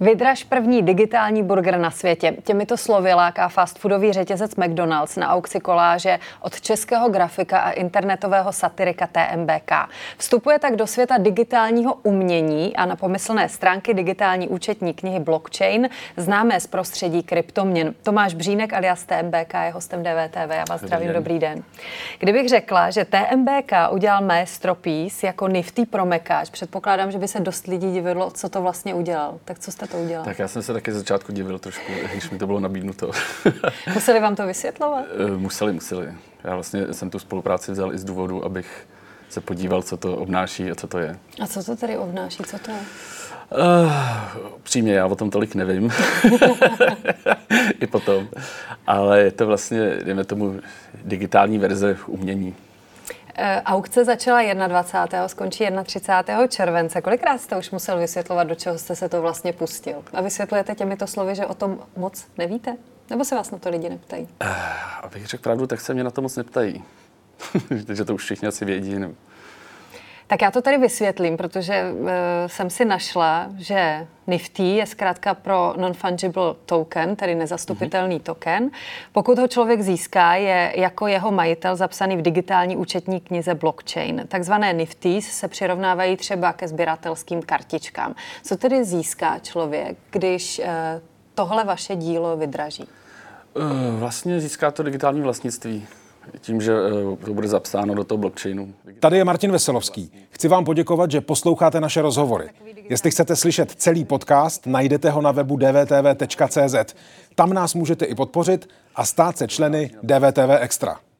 Vydraž první digitální burger na světě. Těmito slovy láká fast foodový řetězec McDonald's na aukci koláže od českého grafika a internetového satirika TMBK. Vstupuje tak do světa digitálního umění a na pomyslné stránky digitální účetní knihy Blockchain, známé z prostředí kryptoměn. Tomáš Břínek alias TMBK je hostem DVTV. Já vás zdravím, dobrý den. Kdybych řekla, že TMBK udělal Maestro Piece jako nifty promekač, předpokládám, že by se dost lidí divilo, co to vlastně udělal. Tak co jste to udělal? Tak já jsem se taky z začátku divil trošku, když mi to bylo nabídnuto. Museli vám to vysvětlovat? Museli. Já vlastně jsem tu spolupráci vzal i z důvodu, abych se podíval, co to obnáší a co to je. A co to tedy obnáší? Co to je? Přímě, já o tom tolik nevím. I potom. Ale je to vlastně, dejme tomu, digitální verze umění. Aukce začala 21. skončí 31. července. Kolikrát jste už musel vysvětlovat, do čeho jste se to vlastně pustil? A vysvětlujete těmito slovy, že o tom moc nevíte? Nebo se vás na to lidi neptají? Abych řekl pravdu, tak se mě na to moc neptají. Takže to už všichni asi vědí. Nebo... Tak já to tady vysvětlím, protože jsem si našla, že Nifty je zkrátka pro non-fungible token, tedy nezastupitelný token. Pokud ho člověk získá, je jako jeho majitel zapsaný v digitální účetní knize Blockchain. Takzvané Nifties se přirovnávají třeba ke sběratelským kartičkám. Co tedy získá člověk, když tohle vaše dílo vydraží? Vlastně získá to digitální vlastnictví. Tím, že to bude zapsáno do toho blockchainu. Tady je Martin Veselovský. Chci vám poděkovat, že posloucháte naše rozhovory. Jestli chcete slyšet celý podcast, najdete ho na webu dvtv.cz. Tam nás můžete i podpořit a stát se členy DVTV Extra.